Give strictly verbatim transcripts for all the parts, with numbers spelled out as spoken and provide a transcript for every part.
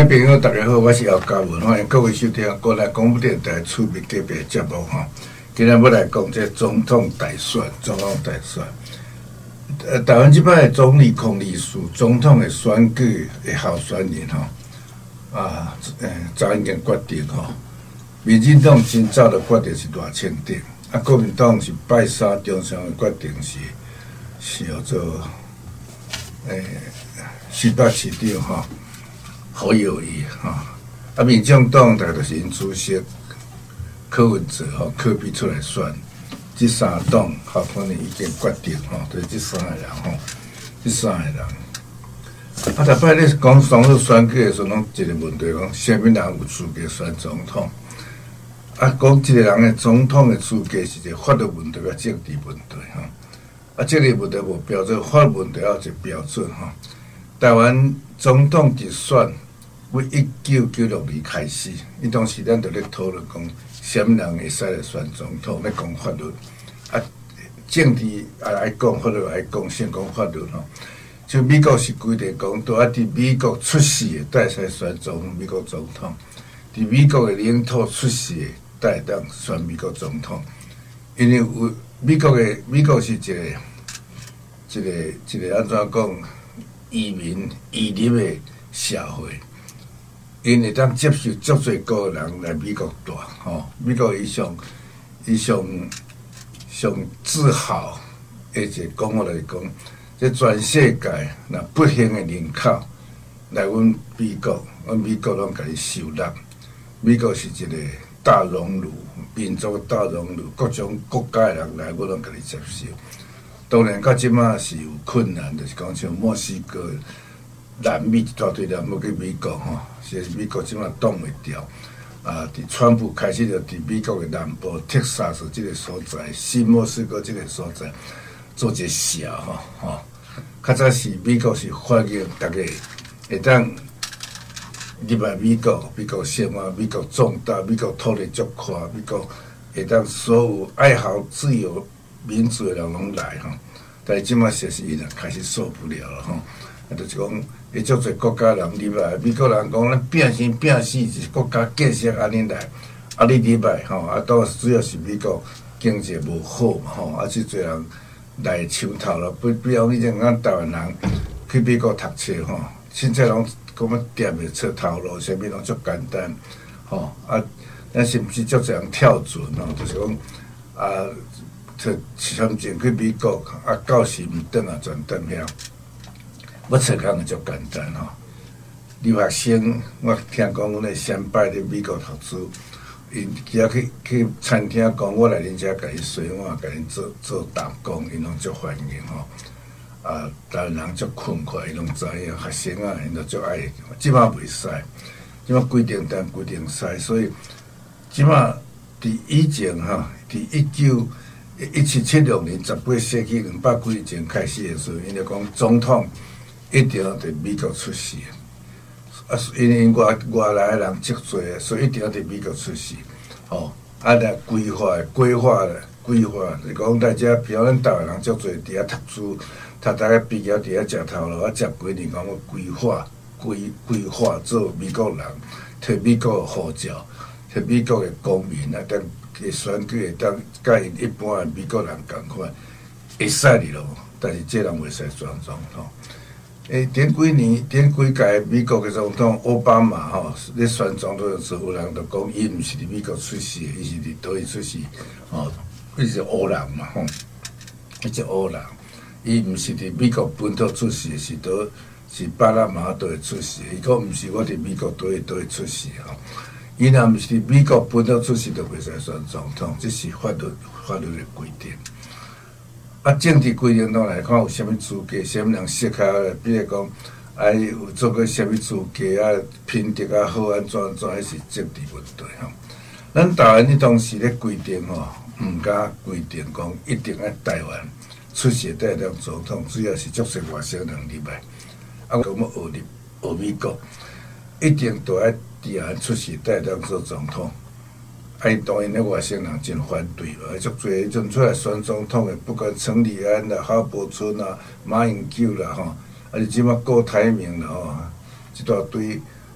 朋友，大家好，我是姚嘉文，欢迎各位收听国内广播电台趣味隔壁节目哈。今日要来讲这总统大选，总统大选。呃，台湾这摆的总理、控理事、总统的选举的候选人哈，啊，诶，早已经决定哈。民进党今早的决定是两千点，啊，国民党是拜三中常的决定是是叫做诶，新北市长哈。侯友宜哈，啊，民进党大概就是因主席柯文哲吼，柯比出来选，这三党候选人已经决定吼，就是这三个人吼，这三个人。啊，逐摆咧讲总统选举的时候，拢一个问题讲，啥物人有资格选总统？啊，讲一个人的总统的资格是一个法律问题甲政治问题吼。啊，这个问题无标准，法律问题要一个标准吼。台湾总统直选。为一九九六年开始，迄当时咱就咧讨论讲，啥物人会使来选总统？咧讲法律，啊，政治也爱讲，法律也爱讲，先讲法律吼。就美国是规定讲，都要伫美国出世的才使选总美国总统；伫美国的领土出世的才当选美国总统。因为有美国的美国是一个一个一个安怎讲移民移入的社会。因会当接受足侪个人来美国住，吼，美国伊上伊上上自豪的一个讲法来讲，这全世界若不幸的人口来阮美国，阮美国拢甲伊收纳。美国是一个大熔炉，民族大熔炉，各种国家的人来，我拢甲伊接受。当然，到即马是有困难，就是讲像墨西哥。南美一大堆人要去美国吼，是美国即马挡袂掉。啊，伫川普开始就伫美国的南部德萨斯即个所在，新墨西哥即个所在做一个社吼吼。较早是美国是欢迎大家会当入来美国，美国生活，美国壮大，美国土地足宽，美国会当所有爱好自由民主的人拢来吼。但是即马实是伊人开始受不了了吼。啊，就是讲，伊足侪国家人入来，美国人讲咱拼生拼死是国家建设安尼来，啊你入来吼，啊当然主要是美国经济无好嘛吼，啊即侪人来抢头了，比比方以前咱台湾人去美国读册吼，凊彩拢讲要掂会出头路，啥物拢足简单吼，啊咱是毋是足侪人跳船吼，就是讲啊，出参前去美国，啊到时毋转啊全转遐。要找工就足简单吼，留学生我听讲，阮的先辈伫美国读书，因只要去去餐厅讲，我来恁遮甲伊洗碗，甲因做做打工，因拢足欢迎吼。啊，台湾人足困快，因拢知影，学生啊，因都足爱。即马袂使，即马规定单规定使，所以即马伫以前吼，伫一九一七七六年十八世纪两百几年前开始的时候，因就讲总统。一定要伫美国出世，啊，因为外外来的人足多，所以一定要伫美国出世。吼、哦，啊，来规划规划咧，规划是讲大家，比如咱台湾人足多伫遐读书，读大家毕业伫遐食头路，啊，食几年讲要规划规规划做美国人，摕美国的护照，摕美国的公民啊，当嘅选举会当甲因一般的美国人共款，会使哩咯，但是这人袂使选总统。诶，前几年、前几届美国嘅总统奥巴马吼，咧选总统的时候，有人就讲伊毋是伫美国出世，伊是伫倒位出世，吼，伊是黑人嘛吼，伊是黑人，伊毋是伫美国本土出世，是倒是巴拿马倒位出世，伊讲毋是我伫美国倒位倒位出世吼，伊若毋是伫美国本土出世，就袂使选总统，这是法律法律的规定。啊，政治规定当来看有啥物资格，啥物人适合，比如讲，啊有做过啥物资格啊，品德啊好安怎怎，迄是政治问题吼。咱台湾迄当时咧规定吼，毋敢规定讲一定爱台湾出世才当总统，主要是足侪外省人入来，啊，讲要学入学美国，一定都爱伫台出世才当做总统。啊，因当然咧外省人真反对咯，足侪阵出来选总统的，不管陈立安啦、郝柏村啦、马英九啦吼，啊，你即马郭台铭啦吼，一大堆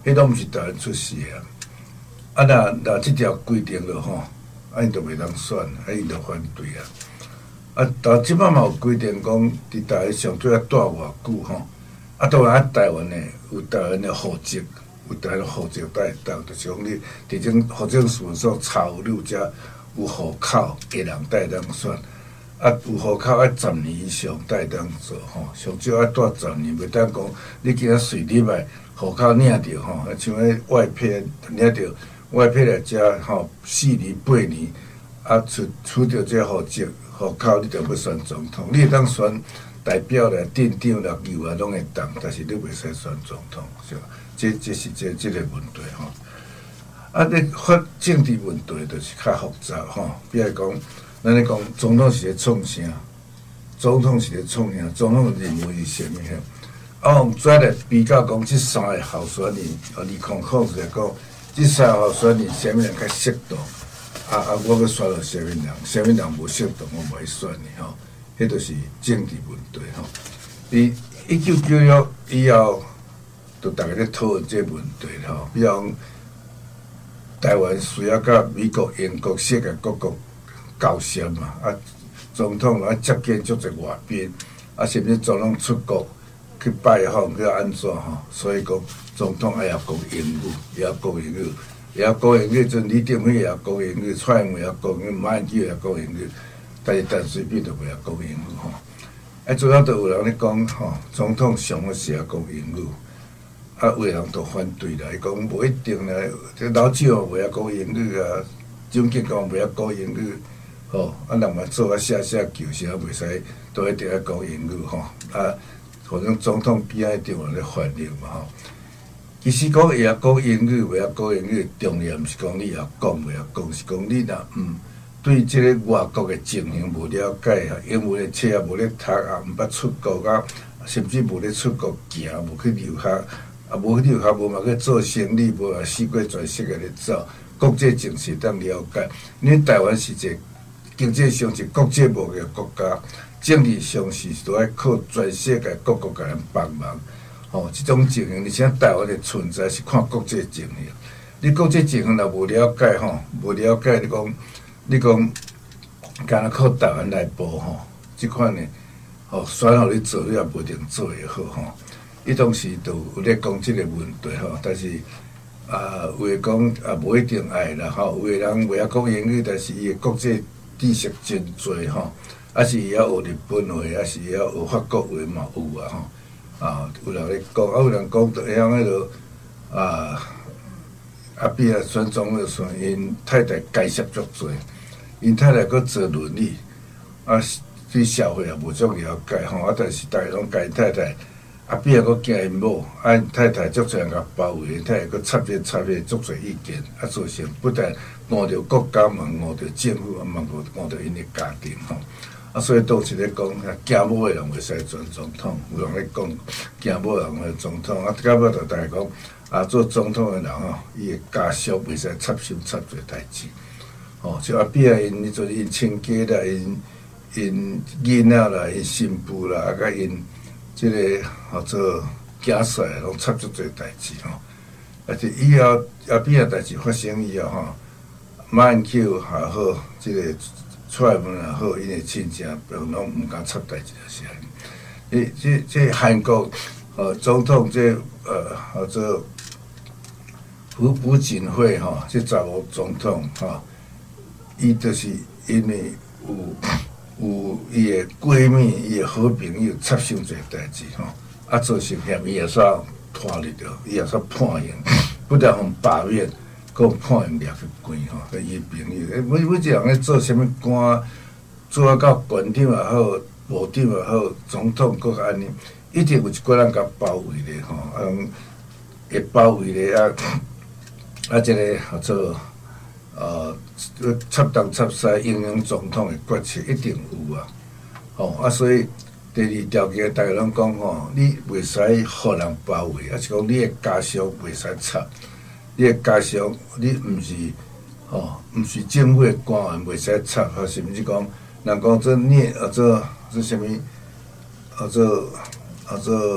迄拢毋是台湾出世的啊。啊，若若即条规定了吼，啊，因就袂当选，啊，因就反对啊。啊，到即摆嘛有规定讲，伫台湾上最啊住偌久吼，啊，当然啊，台湾的有台湾的户籍，有台湾的户籍才会当，就是讲你伫种户政事务所查有你有遮有户口的人才会当选。啊，有户口要十年以上才会当做吼，上少要住十年，袂当讲你今仔随你来户口领着吼，像迄外配领着外配来遮吼四年八年，啊，出取着这户籍。户口你就要选总统，你会当选代表啦、镇长啦、议员拢会当，但是你袂使选总统，是吧？这这是这这个问题吼。啊，你发政治问题就是较复杂吼。比如讲，咱咧讲总统是咧创啥？总统是咧创啥？总统的任务是啥物嘿？啊，用再来比较讲，即三个候选人，啊，二零控制来讲，即三个候选人啥物人较适当？啊啊！我要选到啥物人？啥物人无适当，我袂选的吼。迄就是政治问题吼。伫一九九六以后，就大家咧讨论这问题吼。比如讲，台湾需要甲美国、英国、世界各国交涉嘛。啊，总统啊接见足侪外宾，啊，甚至总统出国去拜访去安怎吼？所以讲，总统爱晓讲英语，也要讲英语。也要讲英语，阵李登辉也要讲英语，蔡英文也要讲英语，马英九也要讲英语，但是陈水扁就袂晓讲英语吼。啊，主要都有人咧讲吼，总统上好是要讲英语，啊，有的人都反对啦，伊讲无一定啦，这老蒋袂晓讲英语啊，蒋介石袂晓讲英语，吼，啊，人嘛做啊写写球时啊，袂使都一定要讲英语吼，啊，反正总统边仔一定有咧反应嘛吼。其实讲会晓讲英语，袂晓讲英语，重要毋是讲你会晓讲袂晓讲，是讲你若嗯对即个外国的情形无了解啊，英文的册也无咧读啊，毋捌出国啊，甚至无咧出国行，无去留学，啊无去留学，无嘛去做生意，无嘛四界全世界咧走，国际情势当了解。因为台湾是一个经济上是国际贸易的国家，政治上是都要靠全世界各国甲咱帮忙。哦，即种情形，而且台湾的存在是看国际情形。你国际情形若无了解吼，无了解你讲，你讲，干那靠台湾来保吼，即款呢，哦，选互你做，你也无一定做会好吼。伊当时都有咧讲即个问题吼，但是啊，有诶讲啊，无一定爱啦吼。有诶人袂晓讲英语，但是伊诶国际知识真侪吼，啊是伊晓学日本话，啊是伊晓学法国话嘛有啊吼。啊，有人咧讲，啊有人讲，就像迄落啊，阿扁啊选总统时，因太太干涉足侪，因太太佫坐轮椅，啊对社会也无足了解吼，啊但是大家拢甲因太太，阿扁啊佫惊因某，啊因太太足侪人甲包围，因太太佫插这插迄足侪意见，啊造成不但误着国家嘛，误着政府，啊嘛误误着因的家庭吼。啊，所以倒是咧讲，惊某诶人袂使选总统，有人咧讲惊某人诶总统，啊，到尾就大家讲，啊，做总统诶人吼，伊诶家属袂使插手插做代志，吼、哦，像阿扁啊，因迄阵因亲家啦，因因囡仔啦，因新妇啦，啊，甲因即个号做囝婿拢插足做代志吼，而且以后阿扁啊代志发生以后吼，马英九也好，即、這个。蔡英文也好，因诶亲戚拢拢毋敢插代志就是安尼。诶，即即韩国呃总统即呃或者朴朴槿惠吼，即查某总统吼，伊就是因为有有伊诶闺蜜、伊诶好朋友插伤侪代志吼，啊造成嫌伊也煞判入着，伊也煞判刑，不但互罢免。讲判因掠去关吼，甲伊朋友，诶，每每一个人咧做啥物官，做啊到县长也好，部长也好，总统搁安尼，一定有一个人甲包围咧吼，啊，会包围咧啊，啊，即个叫做呃插东插西影响总统的决策，一定有啊，吼啊，所以第二条件，大家拢讲吼，你袂使互人包围，啊是讲你的家属袂使插。你诶家属，你毋是吼，毋是政府诶官员，袂使插，或甚至讲，人讲做孽，或者做啥物，或者或者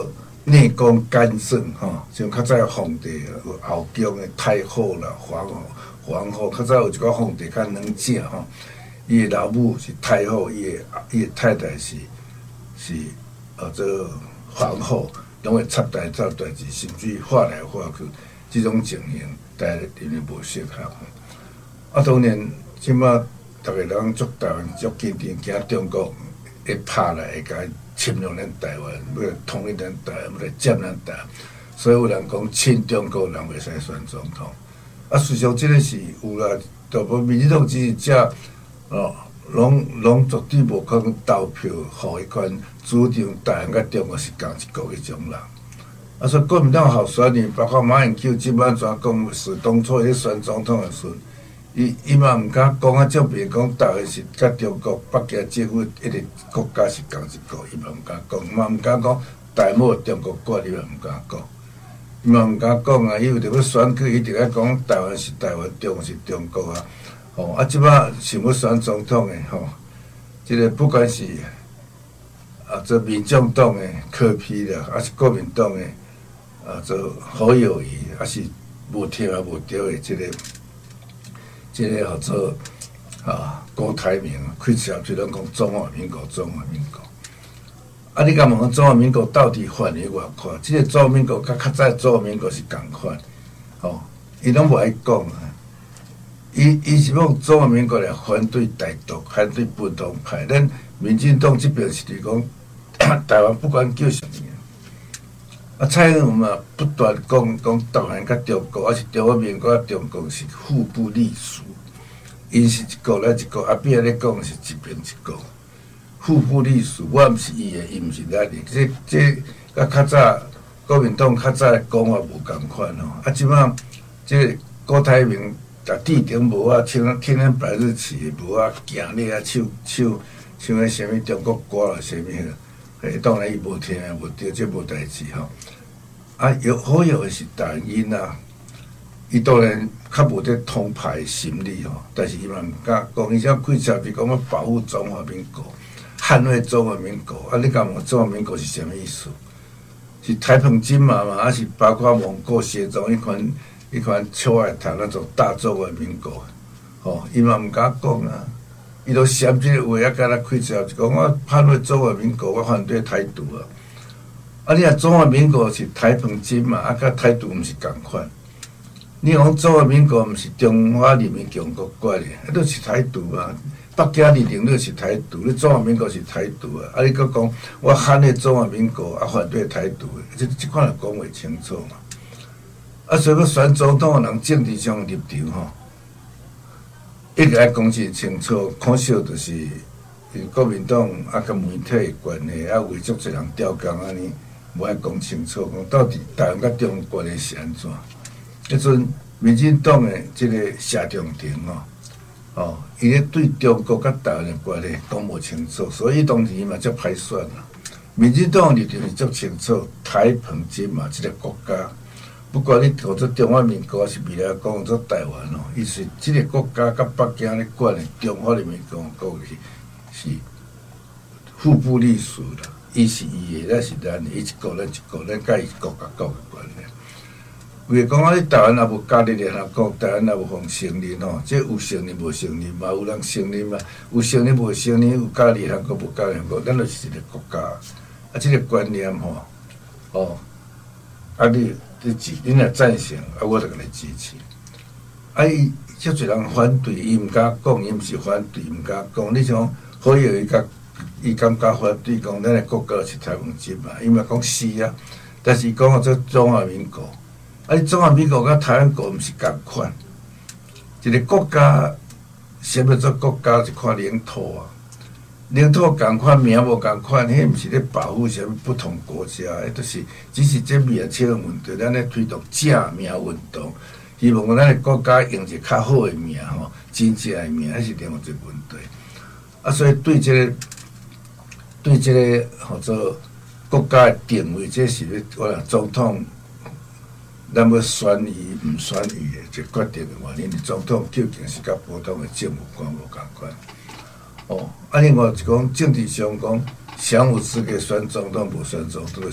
内宫干政吼，像较早皇帝有后宫的太后啦、皇后、皇后，较早有一个皇帝较软正吼，伊的老母是太后，伊的伊的太太是是呃做皇后，拢会插代做代志，甚至于换来换去，这种情形，大家一定无适合。啊，当然，即马逐个人足台湾足坚定，惊中国会拍来，会甲侵略咱台湾，要统一咱台湾，要来占咱台湾。所以有人讲亲中国人袂使选总统。啊，事实上即个是有啦，大部分民进党支持者哦，拢拢绝对无可能投票，互迄款主张台湾甲中国是同一国迄种人。啊，所以国民党候选人，包括马英九即摆怎讲是当初咧选总统的时阵。伊伊嘛毋敢讲啊，证明讲台湾是甲中国北京政府一个国家是同一国，伊嘛毋敢讲，嘛毋敢讲台湾有中国管，伊嘛毋敢讲，伊嘛毋敢讲啊！伊为着要选举，伊直咧讲台湾是台湾，中国是中国啊！吼啊！即摆想要选总统的吼，即、这个不管是啊做民众党的柯 P 啦，还是国民党的啊做侯友宜，还是无听啊无对的即、这个。即个叫做啊，郭台铭开始就拢讲中华民国，中华民国。啊，你甲问中华民国到底反诶偌快？即、这个中华民国甲较早中华民国是共款，吼、哦，伊拢无爱讲啊。伊伊是用中华民国来反对台独，反对本土派。咱民进党这边是伫讲台湾不管叫什么。啊，蔡英文嘛不断讲讲台湾甲中国，还是中华民国甲中国是互不隶属，因是一国来一国，啊，变咧讲是一边一国，互不隶属。我毋是伊的，伊毋是咱的，这这甲较早国民党较早讲话无共款吼。啊，即摆这郭台铭逐地顶无啊，唱听咱白日旗无啊，行咧啊，唱唱唱迄啥物中国歌啦，啥物迄个。诶，当然伊无听啊，无对，这无代志吼。啊，有好有的是台湾囡啊，伊当然较无这通派心理吼，但是伊嘛毋敢讲，伊只开车比讲要保护中华民国，捍卫中华民国。啊，你讲问中华民国是啥物意思？是台澎金马嘛，还是包括蒙古、协宗迄款迄款秋海棠那种大中华民国？吼，伊嘛毋敢讲啊。伊都嫌即个话啊，甲咱开车就讲我捍卫中华民国，我反对台独啊！啊，你若中华民国是台澎金嘛，啊，甲台独毋是共款。你讲中华民国毋是中华人民共和国的，啊，都是台独啊！北京二零六是台独，你中华民国是台独啊！啊，你佫讲我捍卫中华民国，啊，反对台独的，即即款就讲袂清楚嘛。啊，所以要选总统的人政治上立场吼。一直爱讲是清楚，可惜就是国民党啊，甲媒体关系啊，为足侪人调工安尼，无爱讲清楚，讲到底台湾甲中国的是安怎？迄阵民进党的即个谢长廷哦，哦，伊咧对中国甲台湾的关系讲无清楚，所以当时嘛足歹选啦。民进党立场是足清楚，台澎金马即个国家。不管你叫做中华民国，还是未来讲做台湾哦，伊是即个国家甲北京咧管的中华人民共和国是是互不隶属啦。伊是伊的，咱是咱的，伊一国咱一国，咱甲伊国甲国的关系。为讲啊，你台湾也无加入联合国，台湾也无互承认吼，即有承认无承认嘛，有人承认嘛，有承认无承认，有加入联合国无加入联合国，咱就是一个国家。啊，即个观念吼，哦，啊你。你支，你若赞成，啊，我就甲你支持。啊，伊遮侪人反对，伊毋敢讲，伊毋是反对，毋敢讲。你像好友伊甲伊感觉反对，讲咱的国家是台湾金嘛，伊嘛讲是啊。但是伊讲做中华民国，啊，你中华民国甲台湾国毋是共款。一个国家，什么做国家就看领土啊。领土共款，名无共款，迄毋是咧保护什么不同国家，迄都是只是这名称的问题。咱咧推动正名运动，希望咱的国家用一个较好的名吼，真正的名，迄是另外一个问题。啊，所以对这个对这个叫做国家的定位，这是咧我讲总统，咱要选伊毋选伊的，一个决定的原因。总统究竟是甲普通的政府官无共款？哦，啊，另外是讲政治上讲，谁有资格选总统，无选总统先。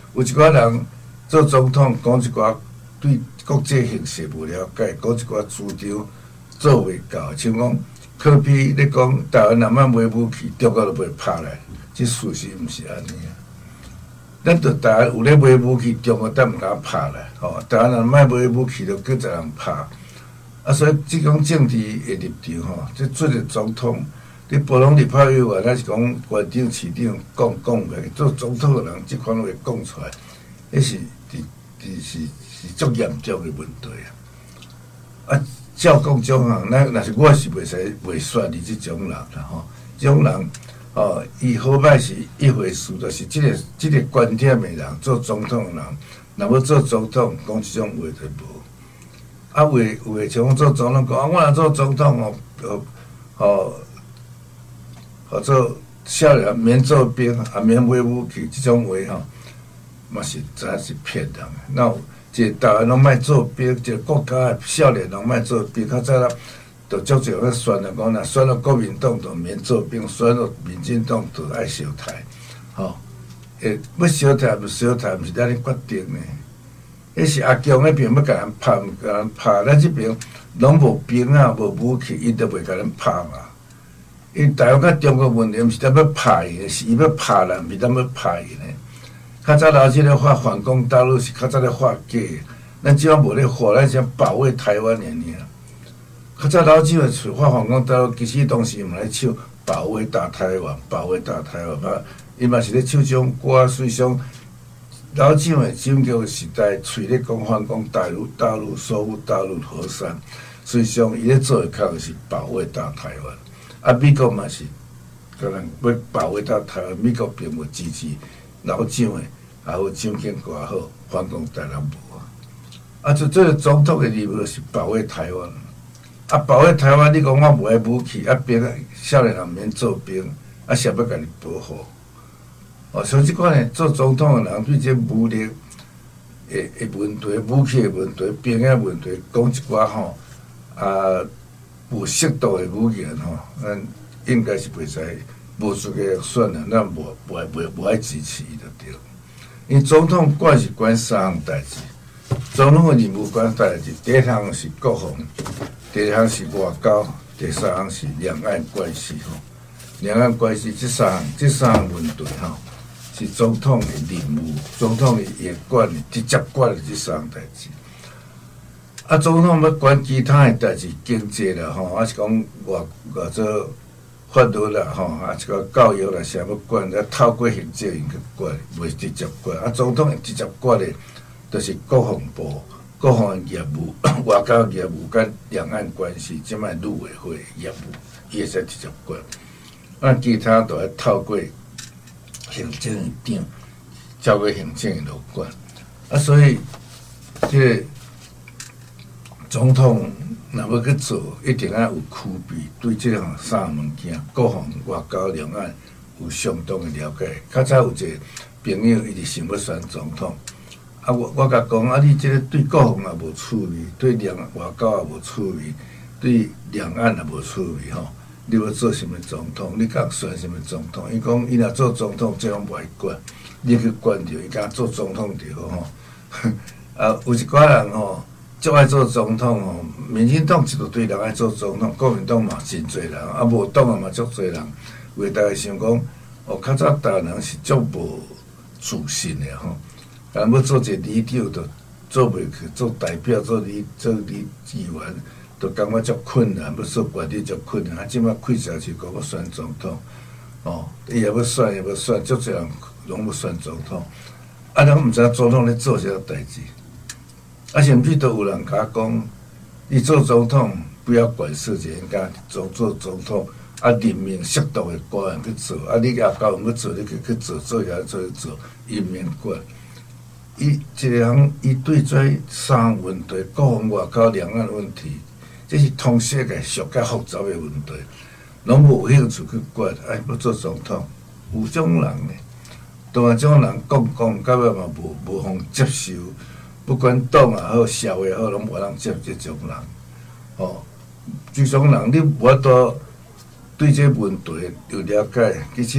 有一寡人做总统讲一寡对国际形势无了解，讲一寡主张做袂到，像讲科比咧讲台湾若莫买武器，中国就袂拍来，这事实毋是安尼啊。咱着台湾有咧买武器，中国当毋敢拍来，吼、哦！台湾若莫买武器，就搁一人拍。啊，所以即种政治的立场吼，即做个总统，你无论立法委员，还是讲县长、市长讲讲袂，做总统的人，即款话讲出来，迄是是是是是足严重的问题啊！啊，照讲种项，咱若是我是袂使袂选你即种人啦吼，即种人哦，伊好歹是一回事，就是即、这个即、这个观点的人做总统的人，若要做总统，讲即种话就无。啊，有诶有诶，像做总统讲，啊，我若做总统哦，哦，哦，或做少年免做兵，啊，免买武器，即种话吼，嘛是真是骗人诶。那有一个台湾拢莫做兵，一个国家诶少年拢莫做兵，较早啦，就足侪咧宣了讲，若选了国民党就免做兵，选了民进党就爱烧台，吼、哦，诶，要烧台毋烧台，毋是咱咧决定诶。迄是阿强迄边要甲人拍，毋甲人拍，咱即边拢无兵啊，无武器，伊都袂甲咱拍嘛。因台湾甲中国问题，毋是咱要拍伊，是伊要拍咱，毋是咱要拍伊呢。较早老子咧发反攻大陆是较早咧发假，咱即摆无咧发，咱想保卫台湾尔尔。较早老子咧发反攻大陆，其实当时嘛咧唱保卫大台湾，保卫大台湾嘛，伊嘛是咧唱种歌，虽上。老蒋的蒋介石时代，嘴咧讲反攻大陆，大陆守护大陆河山，实际上伊咧做的确是保卫大台湾。啊，美国嘛是可能要保卫大台湾，美国并无支持老蒋的，也好蒋经国也好，反攻大陆无啊。啊，就这个总统的任务是保卫台湾。啊，保卫台湾，你讲我无爱武器，啊兵少年人免做兵，啊谁要甲你保护？哦，像即款诶，做总统诶人对这武力诶诶问题、武器诶问题、兵诶问题，讲一寡吼啊有适度诶语言吼，咱应该是袂使无资格选诶，咱无无爱无无爱支持伊就对。因为总统管是管三项代志，总统诶任务管代志，第一项是国防，第二项是外交，第三项是两岸关系吼。两岸关系这三项这三项问题吼。是总统的任务，总统的也管直接管的这三项代志。啊，总统要管其他的代志，经济啦吼，啊是讲外外做法律啦吼，啊是讲教育啦，啥要管，啊透过行政院去管，袂直接管。啊，总统直接管的，就是国防部、国防业务、外交业务甲两岸关系，即摆陆委会业务，伊会使直接管。啊，其他都要透过行政院长，交给行政院来管。啊，所以这个总统若要去做，一定要有区别，对这项三项物件，国防、外交、两岸有相当的了解。较早有一个朋友，伊就想要选总统，啊，我我甲讲，啊，你这个对国防也无趣味，对两外交也无趣味，对两岸也无趣味吼。你要做什么总统？你甲选什么总统？伊讲，伊若做总统，这种袂管，你去管着，伊甲做总统就好吼。啊，有一寡人吼，足爱做总统吼，民进党一大堆人爱做总统，国民党嘛真侪人，啊无党啊嘛足侪人，为大家想讲，哦，较早台湾人是足无自信的吼，啊要做一个里长，就做袂去，做代表，做里做里议员。都感觉足困难，要做官吏足困难。啊，即摆开车是讲要选总统，哦，伊也要选，也要选，足侪人拢要选总统。啊，人毋知影总统咧做啥代志。啊，甚至都有人甲讲，你做总统不要管事情，应该做做总统，啊，任命适当的官员去做。啊，你也交要做，你去去做，做遐做做，伊免管。伊一个人，伊对这三项问题，国防、外交、两岸问题。这是通世界上较复杂的问题，拢无兴趣去管。哎，要做总统，有种人呢，当然种人讲讲，到尾嘛无无互接受，不管党也好，社会也好，拢无人接这种人。哦，这种人你无法度对这问题有了解，其实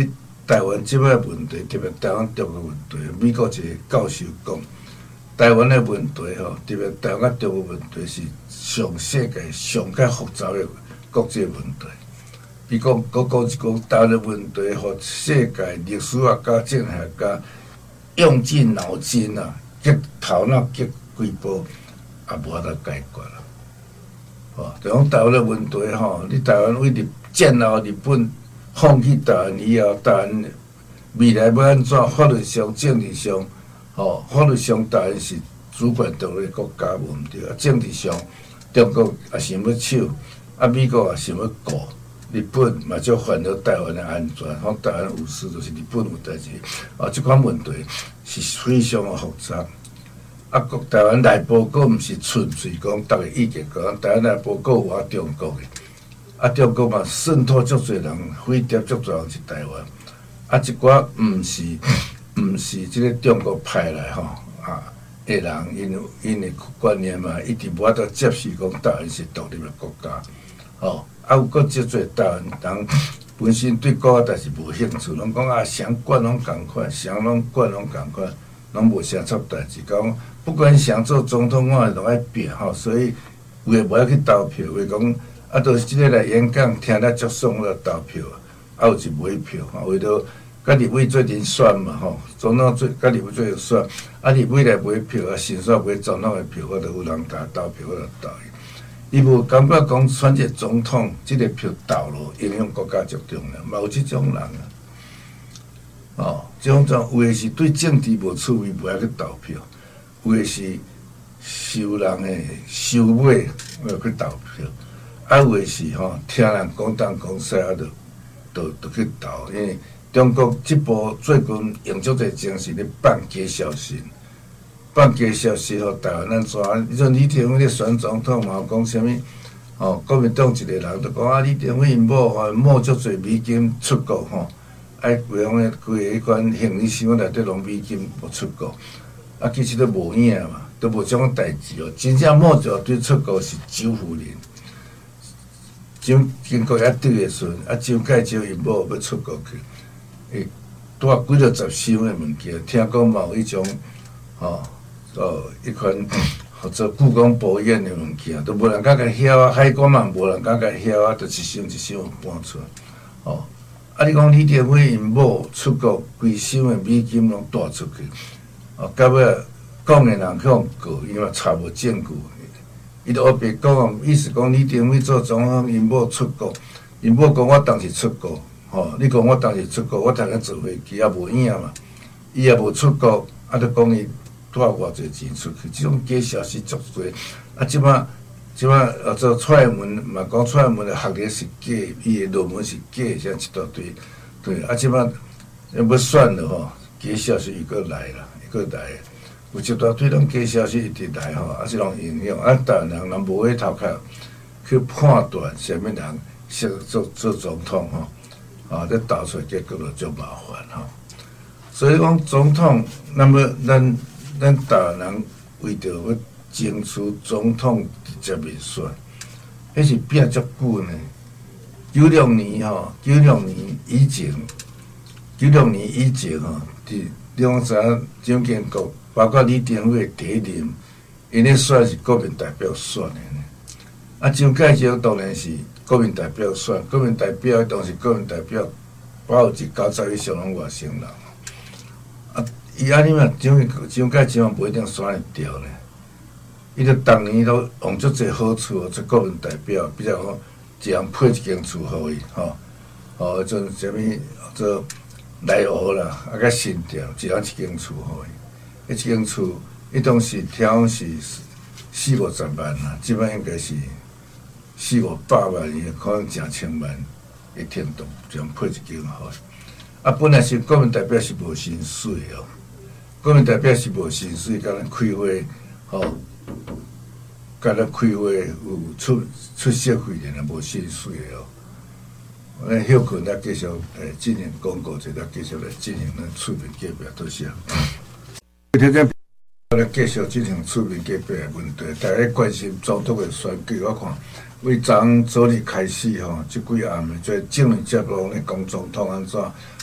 台湾即摆问题，特别台湾中国问题，美国一个教授讲，台湾的问题吼，特别台湾中国问题是上世界上较复杂的国际问题。伊讲，佫讲一讲台湾的问题，互世界历史学家、政治学家用尽脑筋啊，激头脑激规波，也无法度解决啦。哦，就讲台湾的问题吼，你台湾为日战后日本放弃台湾以后，台湾未来要安怎？法律上、政治上，吼，法律上台湾是主权独立国家无毋对啊，政治上中国也想要抢，啊美国也想要顾。日本嘛，就烦恼台湾的安全，讲台湾有事就是日本有代志，啊，即款问题是非常的复杂。啊，国台湾内部佫毋是纯粹讲逐个意见讲，台湾内部佫有我中国的，啊，中国嘛渗透足侪人，飞碟足侪人是台湾，啊，一寡毋是毋是即个中国派来吼啊的人，因因的观念嘛，一直无法度接受讲台湾是独立的国家，吼。啊，有搁即侪台湾人本身对国家代志无兴趣，拢讲啊，谁管拢共款，谁拢管拢共款，拢无啥插代志。讲不管谁做总统，我都爱拼吼，所以有诶无爱去投票，为讲啊，都是即个来演讲，听了足爽了投票，啊有一买票吼，为着甲立委做阵选嘛吼，总统做甲立委做阵选，啊立委来买票啊，先选买总统诶票，我着有人投投票，我着投伊。伊无感觉讲选一个总统，即个票投落影响国家足重要，嘛有即种人啊。哦，即种种有诶是对政治无趣味，无爱去投票；有诶是收人诶收买，要去投票；啊有诶是吼听人讲东讲西，啊，就就就去投。因为中国即部最近用足侪精神咧放假消息。放假消息互台湾安怎？你像李登辉咧选总统嘛，讲啥物？哦，国民党一个人就讲啊，李登辉因某吼摸足侪美金出国吼，哎，规样诶规个迄款行李箱内底拢美金无出国，啊，其实都无影嘛，都无种代志哦。真正摸着对出国是周夫人，经经过遐对诶时阵，啊，周介绍因某要出国去，诶，拄啊几落十箱诶物件，听讲嘛有迄种，吼。哦，一款或者故宫博物院的物件，都无人敢甲晓啊，海关嘛无人敢甲晓啊，就一箱一箱搬出来。哦，啊，你讲李登辉因某出国，规箱的美金拢带出去，哦，到尾讲的人向告，因为查无证据，伊就黑白讲，意思讲李登辉做总统，因某出国，因某讲我当时出国，吼，你讲我当时出国，我当然坐飞机也无影嘛，伊也无出国，啊，就讲伊。带偌济钱出去，即种假消息足多。啊，即摆即摆呃，做蔡英文嘛讲蔡英文的学历是假，伊的论文是假，像一大堆。对，啊，即摆要选了吼，假消息又搁来啦，又搁来。有一大堆种假消息一直来吼，啊，即种影响啊，台湾人人无喺头壳去判断啥物人适合做做总统吼，啊，这投出来结果就足麻烦吼。所以讲总统，那么咱。咱台湾人为着要争取总统直接民选，迄是拼足久呢。九六年吼，九六年以前，九六年以前吼，伫两三蒋经国，包括李登辉第一任，因咧选是国民代表选的呢。啊，蒋介石当然是国民代表选，国民代表当时国民代表，保有一九十以上拢外省人。啊，伊安尼嘛，蒋蒋介石嘛不一定选会着呢。伊就逐年都用足侪好处哦，做国民代表，比如讲一人配一间厝互伊，吼，哦，做啥物做内湖啦，啊，甲新店，一人一间厝互伊。迄一间厝，伊当时听讲是四五十万啦，即摆应该是四五百万，可能成千万的程度，就配一间互伊。啊，本来是国民代表是无薪水哦，国民代表是无薪水，甲咱开会，吼、哦，甲咱开会有出出席费的，也无薪水哦。咱休困咱继续诶进行广告，再咱继续来进行咱厝面隔壁，多谢。听见咱继续进行厝面隔壁的问题，大家关心总统的选举，我看为昨昨日开始吼，即几暗的做政论节目咧讲总统安怎。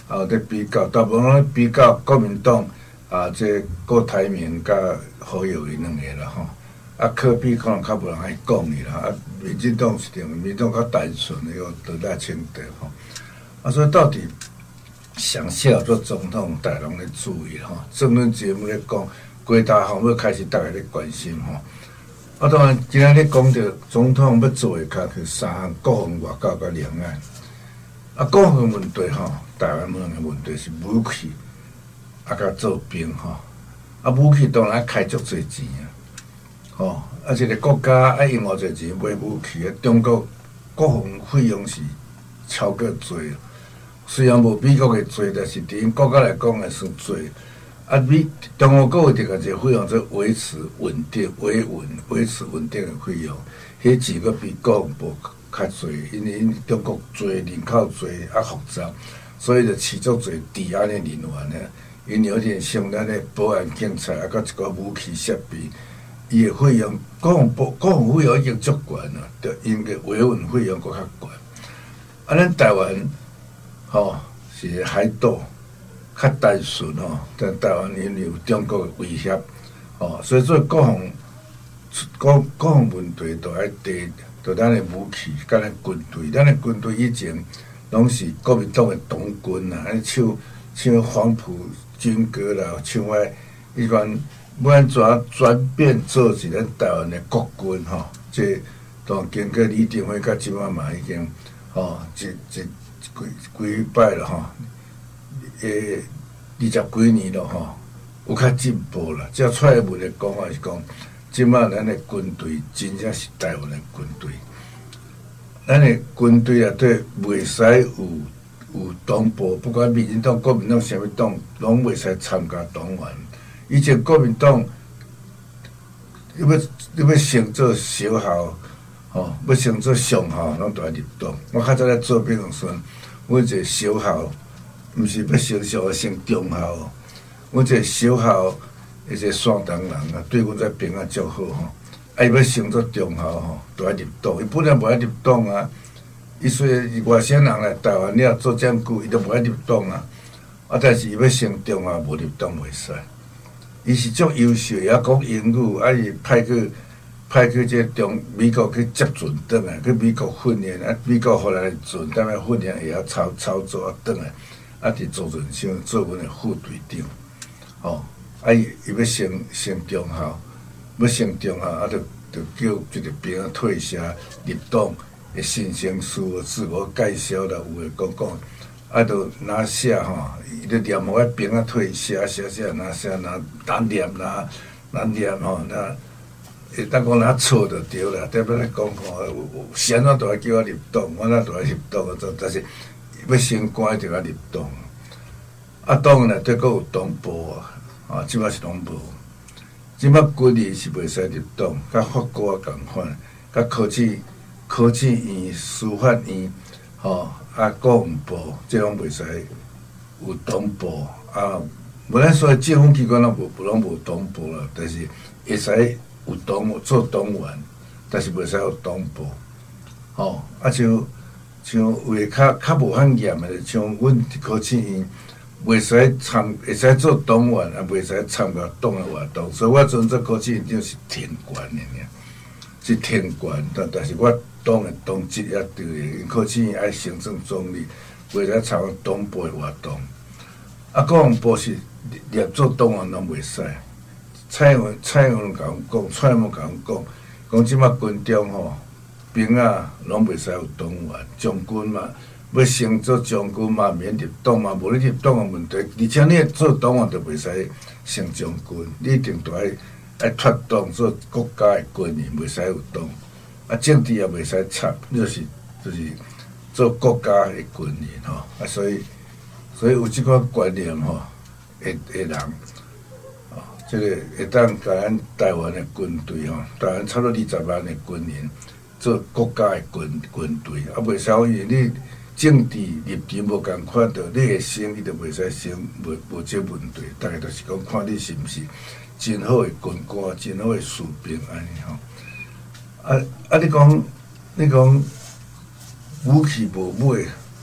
啊，咧比较，大部分咧比较国民党啊，这郭台铭甲侯友宜两个啦吼。啊，可比可能较无人爱讲伊啦。啊，民进党是定，民进党较单纯的个得来清德吼。啊，所以到底上适合做总统，大家拢咧注意吼。政论节目咧讲，几大项要开始大家咧关心吼。啊，当然今仔日讲到总统要做诶，卡去三项国防、外交甲两岸。啊，国防问题吼，台湾问的问题是武器，啊，甲做兵吼。啊，武器当然爱开足侪钱啊。吼，啊，一个国家爱用偌侪钱买武器啊，中国国防费用是超过多，虽然无美国的多，但是伫因国家来讲也算多。啊，美中国国有一个一个费用做维持稳定、维稳、维持稳定的费用，迄钱个比国防部较多，因为因中国多人口多啊复杂，所以就起足侪治安的人员呢，因有点像咱的保安警察啊，甲一个武器设备。伊的费用，国防部国防费用已经足悬了，就因个维稳费用搁较悬。啊，咱台湾吼是海岛较单纯吼，但台湾因为有中国的威胁吼，所以做国防国国防问题都爱第，就咱的武器，甲咱军队，咱的军队以前拢是国民党的党军啊，安尼唱唱黄埔军歌啦，唱迄迄款。要安怎转变做是咱台湾的国军吼？即当经过李登辉甲即马嘛已经吼，一一几几摆了吼，诶，二十几年了吼，有较进步啦。照蔡英文的讲法是讲，即马咱的军队真正是台湾的军队，咱的军队啊，对袂使有有党部，不管民进党、国民党啥物党，拢袂使参加党员。以前国民党，你要你要升做小校，吼，要升做上校，拢都要入党。我较早咧做兵的时阵，阮一个小校，毋是要升上校，升中校。阮一个小校，一个山东人啊，对阮这兵啊足好吼。啊，伊要升做中校吼，都要入党。伊本来无爱入党啊，伊虽然外省人来台湾了做这样久，伊都无爱入党啊。啊，但是伊要升中校，无入党袂使。伊是足优秀，也讲英语，啊伊派去派去这中美国去接船转来，去美国训练，啊美国后来船踮来训练，会晓操操作啊转来，啊伫做船上做阮的副队长，吼，啊伊伊要升升中校，要升中校，啊就就叫一个兵啊退下入党的新生事，自我介绍啦，有诶讲讲。啊，就拿写吼，伊就念互迄兵仔退写写写，拿写拿拿念拿拿念吼，那会当讲拿错就对啦。代表咧讲吼，先怎都要叫我入党，我哪都要入党啊？但是要升官就要入党。啊，党内底阁有党部啊，啊，即摆是党部。即摆军人是袂使入党，甲法国啊共款，甲科技科技院、司法院，吼。啊，国防部即拢袂使有党部啊，无咱所有政府机关拢无拢无党部啦，但是会使有党做党员，但是袂使有党部。吼、哦，啊像像为较较无遐严的，像阮科技院袂使参，会使做党员，啊袂使参加党的活动，所以我阵做科技院长是天官的尔，是天官，但但是我。党的党职也对的，因科技院爱行政总理，袂使参加党部的活动。啊，国防部是连做党员拢袂使。蔡英文蔡英文甲阮讲，蔡英文甲阮讲，讲即马军中吼兵啊，拢袂使有党员，将军嘛要升做将军嘛，免入党嘛，无你入党的问题。而且你做党员就袂使升将军，你一定着爱爱脱党做国家的军人，袂使有党。啊，政治也袂使插，就是就是做国家的军人吼，啊，所以所以有即款观念吼，会会人，哦，即、这个会当甲咱台湾的军队吼，台湾差不多二十万的军人做国家的军军队，啊，袂使因为你政治立场无共款，着你会升，伊就袂使升，无无这问题，大概就是讲看你是毋是真好的军官，真好的士兵安尼吼。啊啊！你讲，你讲武器无买，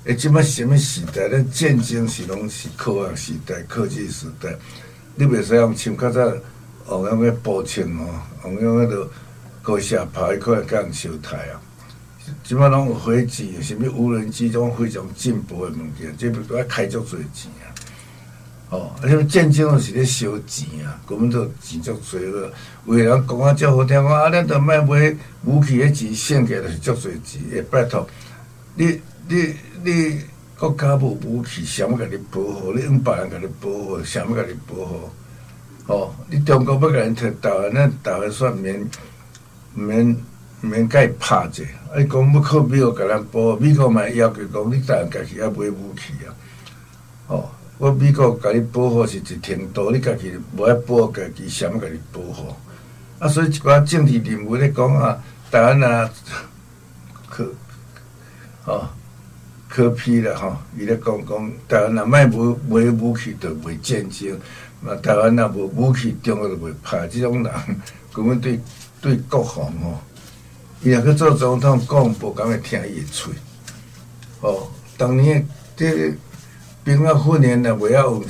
诶，即摆什么时代？咱战争是拢是科学时代、科技时代，你袂使用像较早用样个步枪吼，用样迄个高射炮，伊可能甲人相杀啊。即摆拢有飞机，什么无人机，种非常进步的物件，这不都要开足多钱啊？哦，而且战争都是咧烧钱啊，根本都钱足多了。有个人讲啊，遮好听讲啊，咱着卖买武器，迄钱省起来就是足多钱。诶，拜托，你你你国家无武器，谁要甲你保护？你用别人甲你保护，谁要甲你保护？哦，你中国要甲人摕台湾，咱台湾算免免免甲伊拍者。啊，你讲要靠美国甲咱保护，美国嘛要求讲你台湾家己要买武器啊。哦。我美国甲你保护是一程度，你家己无爱保护家己，谁要甲你保护？啊，所以一寡政治人物咧讲啊，台湾啊，可哦可批啦吼，伊咧讲讲台湾若卖无买武器，就袂战争；嘛台湾若无武器，中国就袂拍。即种人根本对对国防吼，伊若去做总统，讲无敢会听伊的喙。哦，当年这。兵啊训练啊，袂晓用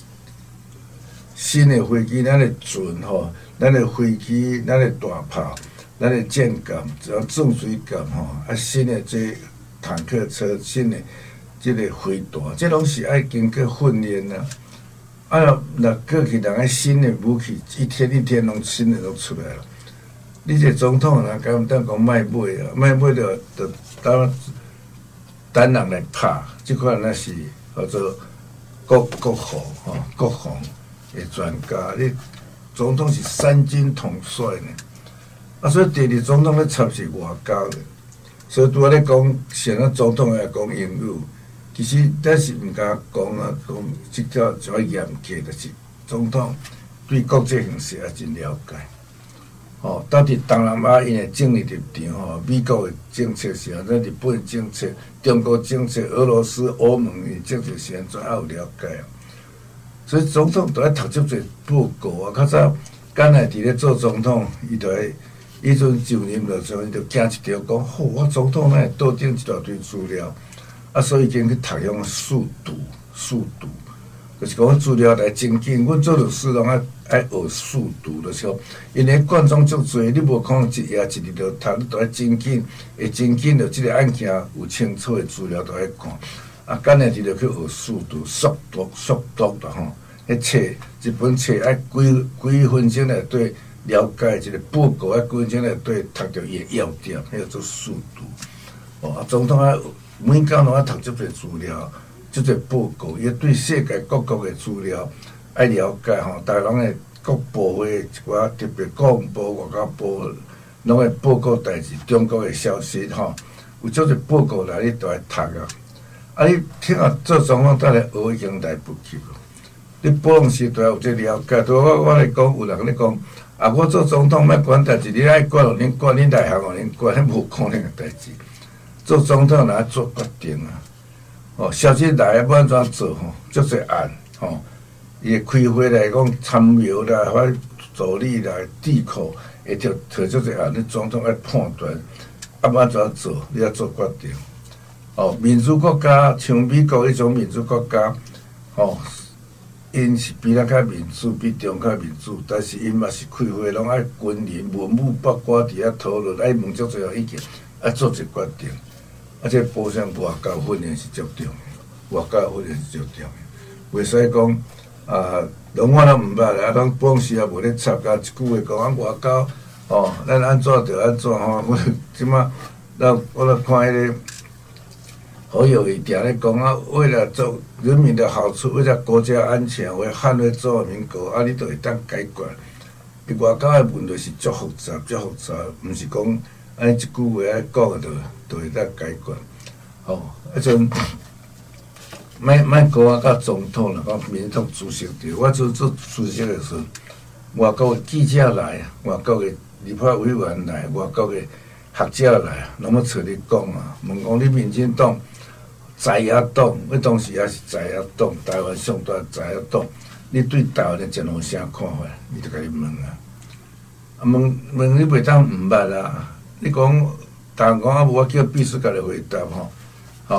新的飞机，咱的船吼，咱的飞机，咱的大炮，咱的舰舰，只要重水舰吼，啊新的这坦克车，新的这个飞弹，这拢是爱经过训练啊。啊，若过去人个新的武器，一天一天拢新的都出来了。你这总统啊，敢当讲卖买啊，卖买着着等等人来拍，即款那是。叫做国国防吼，国防的专家，你总统是三军统帅呢，啊，所以第二总统咧插是外交的，所以拄仔咧讲，现在总统来讲英语，其实咱是毋敢讲啊，讲即条就要严格，就是总统对国际形势也真了解。哦，到底东南亚因的政治立场吼，美国的政策是安怎，日本的政策、中国政策、俄罗斯、欧盟的政策是安怎，也有了解啊。所以总统都要读足侪报告啊。较早甘乃迪咧做总统，伊就会，伊阵就任的时候，伊就惊一条讲，吼、哦，我总统会倒顶一大堆资料，啊，所以已经去读用速读、速读。就是讲资料来精简，阮做律师拢爱爱学速读的时候，因为观众足多，你无可能一夜一日就读，你都爱精简，会精简着即个案件有清楚的资料都爱看。啊，干呢就着去学速读、速读、速读的吼。迄册一本册爱几几分钟内对了解一个报告，爱几分钟内对读着伊的要点，迄叫做速读。哦，啊，总统啊，每工拢爱读足侪资料。即个报告，伊对世界各国的资料爱了解吼，台湾的各部会一寡特别国防部、外交部拢会报告代志，中国的消息吼，有足侪报告来你都爱读啊。啊，你听啊做总统等来学已经来不及了。你保养时都要有这了解。对我我来讲，有人咧讲啊，我做总统莫管代志，你爱管就恁管，恁内行就恁管，迄无可能的代志。做总统来做决定啊。哦，消息来要安怎做吼？足侪案吼，伊会开会来讲参谋啦，或助理啦、智库，会着摕足侪案，你总统要判断，要安怎做，你要做决定。哦，民主国家像美国迄种民主国家，哦，因是比咱较民主，比中较民主，但是因嘛是开会拢爱军人、文武百官伫遐讨论，爱问足侪个意见，爱做一决定。啊，这保障外交训练是足重要，外交训练是足重要。袂使讲啊，拢我拢毋捌啦，拢办事也无咧插，甲一句话讲啊外交哦，咱安怎着安怎吼。我即马，咱我来看迄个好友伊定咧讲啊，为了做人民的好处，为了国家安全，为捍卫中华民国，啊，你就会当解决。伊外交的问题是足复杂，足复杂，毋是讲。安尼一句话爱讲，就就会当解决。吼，迄阵，莫莫讲我甲总统啦，讲民党主席对，我做做主席的时候，外国的记者来，外国的立法委员来，外国的学者来，拢要找你讲啊。问讲你民进党、在野党，我当时也是在野党，台湾上大在野党，你对台湾的前途啥看法？伊就甲你问啊。啊，问问你袂当毋捌啊。你讲，但讲啊，无我叫秘书甲你回答吼，吼，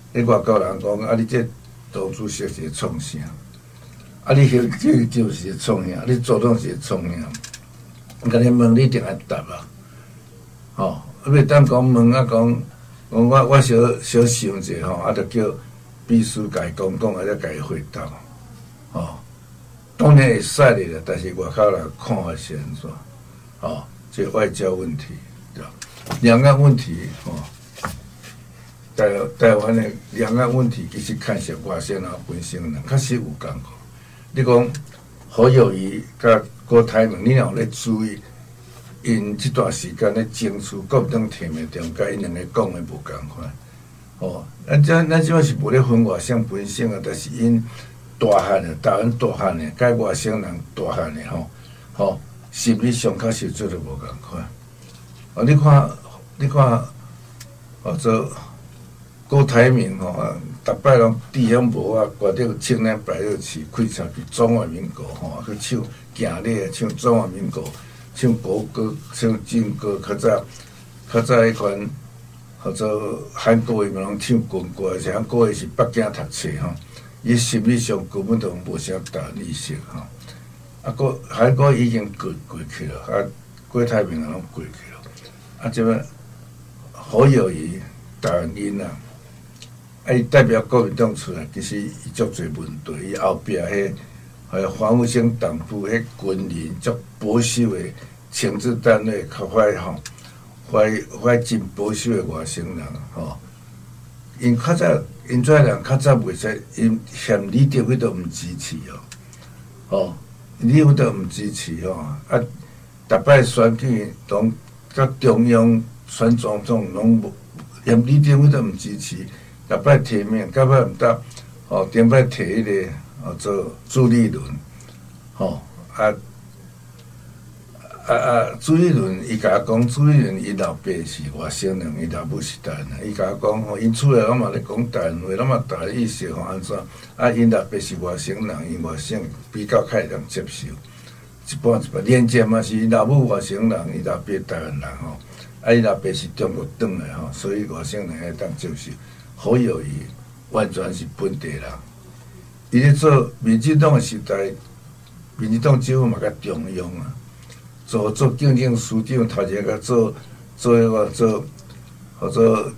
迄外国人讲啊，你这党主席是创啥？啊，你迄这就是创啥？你总统是创啥？甲你问你一定爱答啊！吼、哦，啊，要当讲问啊，讲讲我我小小想者吼，啊，着叫秘书甲伊讲讲，啊，再甲伊回答。吼、哦，当然会使哩啦，但是外口人看法是安怎？吼、哦，这外交问题，对吧？两岸问题，吼、哦，台台湾的两岸问题其实看是外省人本省人确实有共苦。你讲侯友宜甲郭台铭，你若有咧注意？因这段时间咧争取国民党提名中间，因两个讲的无共款。哦，咱这咱即摆是无咧分外省本省啊，但是因大汉的，台湾大汉的，甲外省人大汉的吼，吼心理上确实做得无共款。哦，你看，你看，哦，做郭台铭吼，啊，逐摆拢地响无啊，挂着青蓝白热旗，开场去中华民国吼，去唱行礼，唱中华民国。唱国歌、唱军歌，较早较早迄款，或者韩国语嘛，拢唱军歌，而且韩国语是北京读册吼，伊心理上根本就无啥大意识吼。啊，国韩国已经过过去了，啊，郭台铭也拢过去了，啊，即摆侯友宜台湾因啊，啊，伊代表国民党出来，其实伊足侪问题，伊后壁迄。还有防务省党部迄军人足保守的情治单位，较歹吼，怀怀真保守的外省人吼。因较早，因这人较早袂使，因嫌李登辉都毋支持哦，吼，李登辉都毋支持吼，啊，逐摆选举拢甲中央选总统拢无，嫌李登辉都毋支持，逐摆提名，到尾毋得，吼，顶摆提迄个。哦，做朱立伦，吼、哦、啊啊啊！朱立伦伊甲我讲，朱立伦伊老爸是外省人，伊老母是台湾人。伊甲我讲吼，因厝内拢嘛咧讲台湾话，拢嘛台湾意识吼安怎？啊，因老爸是外省人，因外省比较较会当接受。一般一般，连接嘛是老母外省人，伊老爸台湾人吼。啊，伊老爸是中国转来吼，所以外省人会当接受。侯友宜完全是本地人。伊咧做民进党时代，民进党政府嘛甲中央啊，做做警政署长，头一个做做迄个做，或者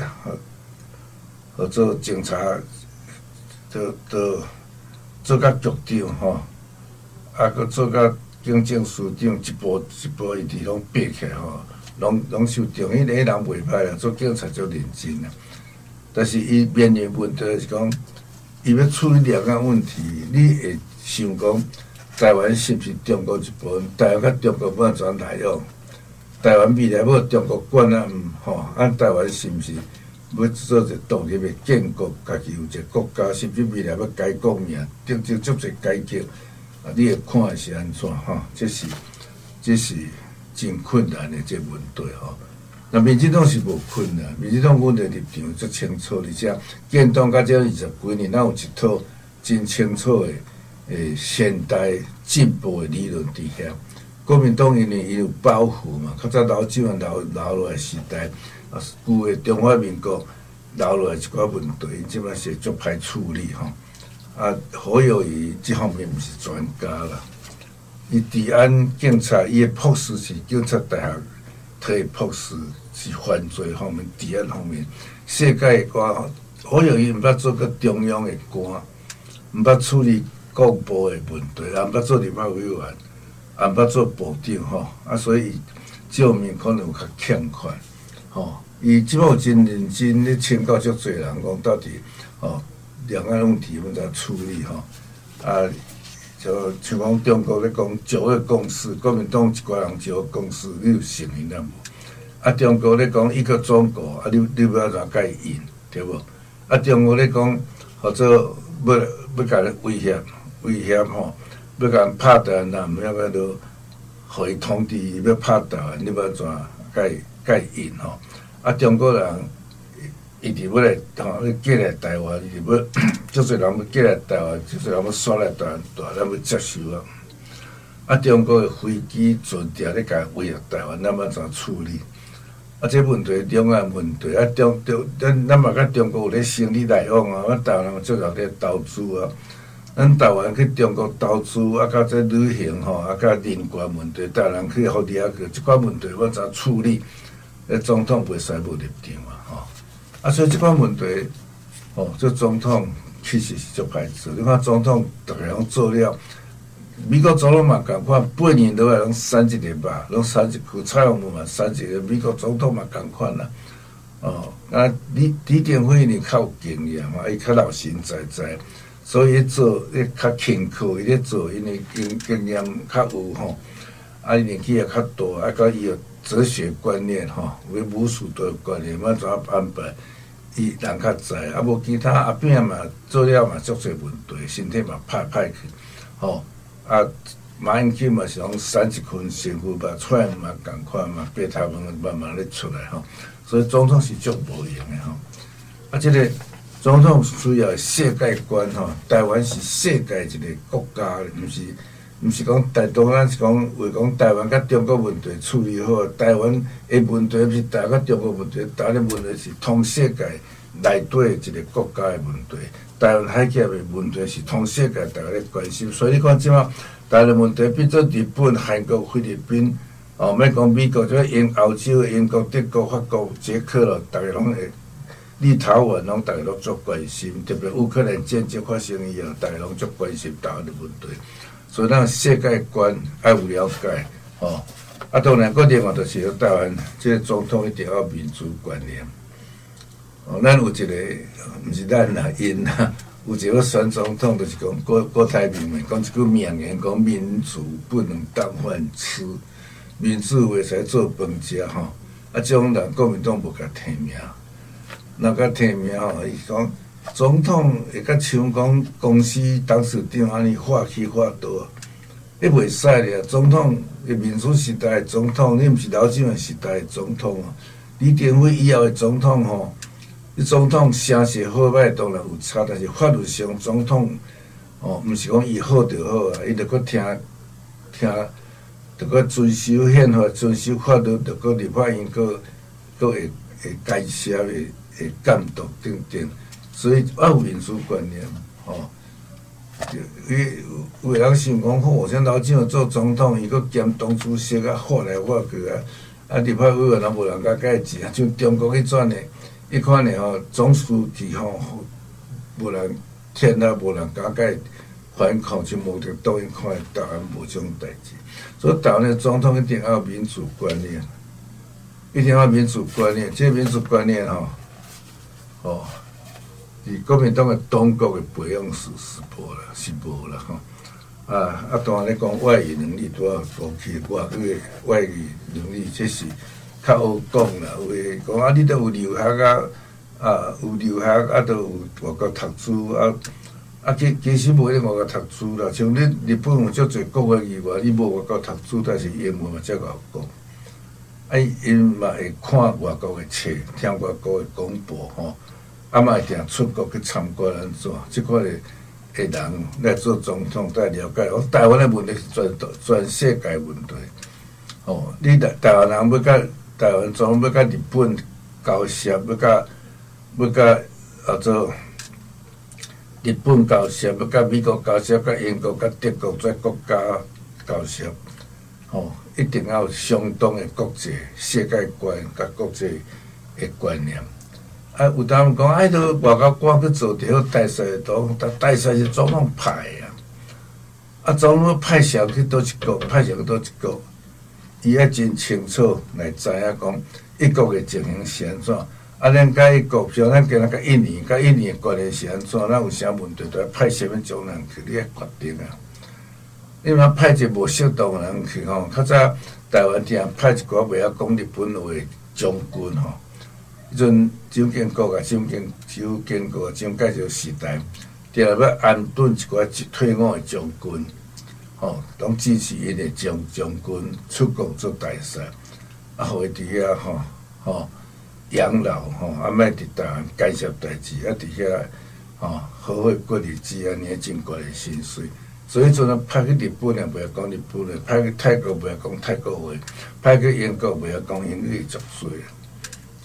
或者警察，做做做甲局长吼，啊，佮做甲警政署长，一步一步一直拢爬起来吼，拢拢受中伊个人袂歹啊，做警察足认真啊，但是伊面临问题是讲。伊要处理两岸问题，你会想讲台湾是毋是中国一部分？台湾甲中国要怎来往？台湾未来要中国管啊？毋吼，按台湾是毋是要做一个独立的建国？家己有一个国家，甚至未来要改国名，等等足侪改革啊！你会看是安怎？吼，这是这是真困难的这问题吼。那民进党是无困难，民进党阮的立场足清楚，而且建党到这二十几年，咱有一套真清楚的诶现代进步的理论伫遐。国民党因为伊有包袱嘛，较早老蒋留留落来时代，啊旧的中华民国留落来一寡问题，因即摆是足歹处理吼。啊，侯友宜这方面毋是专家啦，伊治安警察，伊的博士是警察大学退博士。是犯罪方面、治安方面，世界的官，侯友宜毋捌做过中央的官，毋捌处理国部的问题，也毋捌做立法委员，也毋捌做部长吼，啊，所以这方面可能有较欠缺，吼。伊即摆有真认真咧请教足侪人讲，到底吼两岸问题要怎处理吼？啊，就像讲中国咧讲九二共识，国民党一寡人九二共识，你有承认了无？啊，中国咧讲一个中国，啊，你你要怎甲伊应，对无？啊，中国咧讲，或者要要甲你威胁威胁吼，要甲人拍台湾人，毋要甲都，互伊通知要拍台湾，你要怎甲伊甲伊应吼？啊，中国人一直要来吼，要寄来台湾，伊要足侪人要寄来台湾，足侪人要刷来台湾，大咱要接受啊。啊，中国的飞机船舰咧甲威胁台湾，咱要怎处理？ 啊，这问题两岸问题啊，中中咱咱嘛甲中国有咧生意来往啊，咱台湾人做老咧投资啊，咱台湾去中国投资啊，甲这旅行吼，啊，甲人权问题，台湾人去互掠去，即款问题要怎处理？诶，总统袂使无立场啊，吼、哦，啊，所以即款问题，哦，这总统其实是足歹做。你看总统逐个拢做了。美国总统嘛共款，八年落来拢选一个肉，拢选一区蔡英文嘛选一个，美国总统嘛共款啦。哦，啊，李李登辉呢较有经验嘛，伊较老实在在，所以做伊较勤课，伊咧做，因为经经验较有吼，啊，伊年纪也较大，啊，甲伊有哲学观念吼，有武术的观念，要怎安排，伊人较知，啊，无其他阿扁嘛做了嘛足侪问题，身体嘛歹歹去，吼。啊，马英九嘛是讲选一群媳妇吧，出来嘛共款嘛，白头发慢慢咧出来吼，所以总统是足无用的吼。啊，这个总统需要世界观吼，台湾是世界一个国家，毋是毋是讲台东咱是讲为讲台湾甲中国问题处理好，台湾的问题毋是台湾甲中国问题，台湾的问题是通世界内底一个国家的问题。台湾海峡的问题是通世界大家咧关心，所以你看即马台湾问题变做日本、韩国、菲律宾，哦，免讲美国，即英欧洲、英国、德国、法国、捷克咯，大家拢会立陶宛拢大家拢足关心，特别乌克兰战争发生以后，大家拢足关心台湾的问题，所以咱世界观爱有了解，哦，啊，当然个另外就是台湾即个总统一定要民主观念。哦，咱有一个，毋是咱啦，因啦，有一个选总统，就是讲郭郭台铭诶，讲一句名言，讲民主不能当饭吃，民主袂使做饭食吼。啊，这种人国民党无甲提名，若甲提名吼，伊讲总统会甲像讲公司董事长安尼画起画倒，你袂使咧。总统诶，民主时代诶总统，你毋是老蒋诶时代诶总统啊。李登辉以后诶总统吼。你总统声势好歹当然有差，但是法律上总统哦，毋是讲伊好就好啊，伊着搁听听，着搁遵守宪法、遵守法律，着搁立法院搁搁会会解释、会会监督等等，所以要有民主观念哦。伊有人想讲好，像老蒋做总统，伊搁兼党主席啊，发来发去啊，啊立法委员也无人甲解释啊，像中国迄阵诶。迄款呢吼，总书记吼，无人天啊，无人敢甲反抗，就无得倒因看台湾无种代志。所以台湾的总统一定要有民主观念，一定要民主观念。这个民主观念吼，哦，是国民党的党国的培养是是无啦，是无啦吼。啊啊，当然咧讲外语能力都要高起，外语外语能力这是。较好讲啦，有诶讲啊，你都有留学啊，啊有留学啊，都有外国读书啊，啊其其实无咧外国读书啦，像你日本有足侪国语语言，你无外国读书，但是英文嘛则好讲。啊，因嘛会看外国诶册，听外国诶广播吼，啊嘛会定出国去参观安怎？即款诶诶人来做总统，来了解我台湾诶问题是全全世界问题。哦，你台台湾人要甲台湾总要甲日本交涉，要甲要甲啊做日本交涉，要甲美国交涉，甲英国、甲德国这国家交涉，吼，一定要有相当的国际世界观、甲国际的观念。啊，有当讲，哎，都外交官去做着好大赛党，但大赛是总统派啊，啊，总统派上去倒一国，派上去倒一国。伊要真清楚来知影讲一国的情形是安怎，啊，咱甲一国，像咱今仔甲印尼，甲印尼的关系是安怎，咱有啥问题，就要派什么种人去，你来决定啊。你若派一个无适当的人去吼，较早台湾听派一个袂晓讲日本话的将军吼，迄阵蒋经国啊，蒋经蒋经国蒋介石时代，定要安顿一寡退伍的将军。吼，拢支持因的将将军出国做大使，啊，互伊伫遐吼吼养老吼，啊，莫伫台湾干涉代志，啊，伫遐吼好好过日子，安尼真悬的薪水。所以阵啊，派去日本也袂晓讲日本的，派去泰国袂晓讲泰国话，派去英国袂晓讲英语，足衰啊！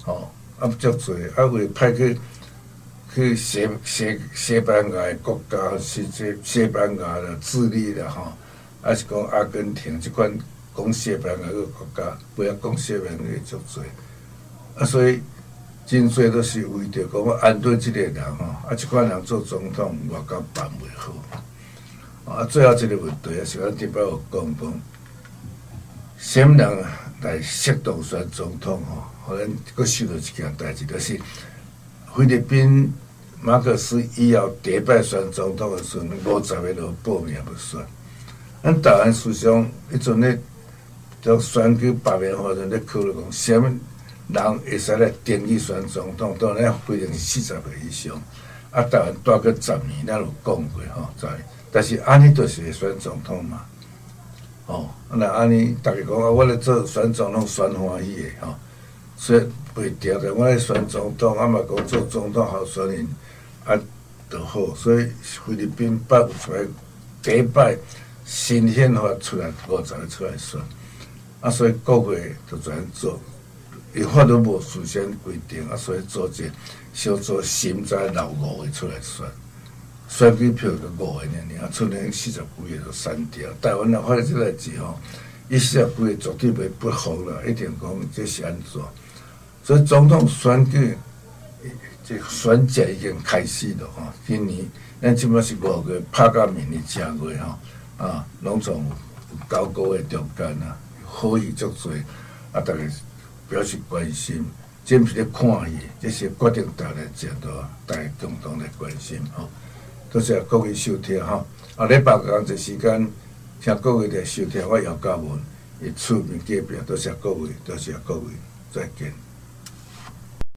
吼，啊足侪，啊为派去去西西西班牙的国家，是这西班牙的智利啦吼，啊是讲阿根廷即款讲西班牙个国家，不要讲西班牙个足侪，啊所以真侪都是为着讲安顿即个人吼，啊即款人做总统，外交办袂好，啊最后一个问题啊，是咱顶摆有讲讲。什么人来适当选总统吼？互咱佫想到一件代志，就是菲律宾马克思以后第一摆选总统的时阵，五十个都报名要选。咱台湾思想迄阵咧，就选举罢免法阵咧考虑讲，什么人会使来登记选总统？当然规定是四十个以上。啊，台湾大概十年，咱有讲过吼，在，但是安尼就是会选总统嘛。哦，那安尼，大家讲啊，我咧做选总统选欢喜的吼，所以袂调的，我咧选总统，啊嘛讲做总统候选人啊就好，所以菲律宾捌有出来第一摆新宪法出来五十个出来选，啊所以国会就这样做，伊法律无事先规定，啊所以做者小做新在留五个出来选。选举票就五个尔，尔剩下四十几个就删掉。台湾人发现即个字吼，伊四十几个绝对袂不服啦，一定讲这是安怎？所以总统选举，这选举已经开始了吼。今年咱即摆是五月，拍到明年正月吼，啊，拢总有九个月中间啊，好戏足多，啊，大家表示关心，这毋是咧看戏，这是决定大家制度，大家共同来关心吼。多谢各位收听哈，啊，礼拜五这时间，请各位来收听我姚嘉文的厝面隔壁，多谢各位，多谢各位，再见。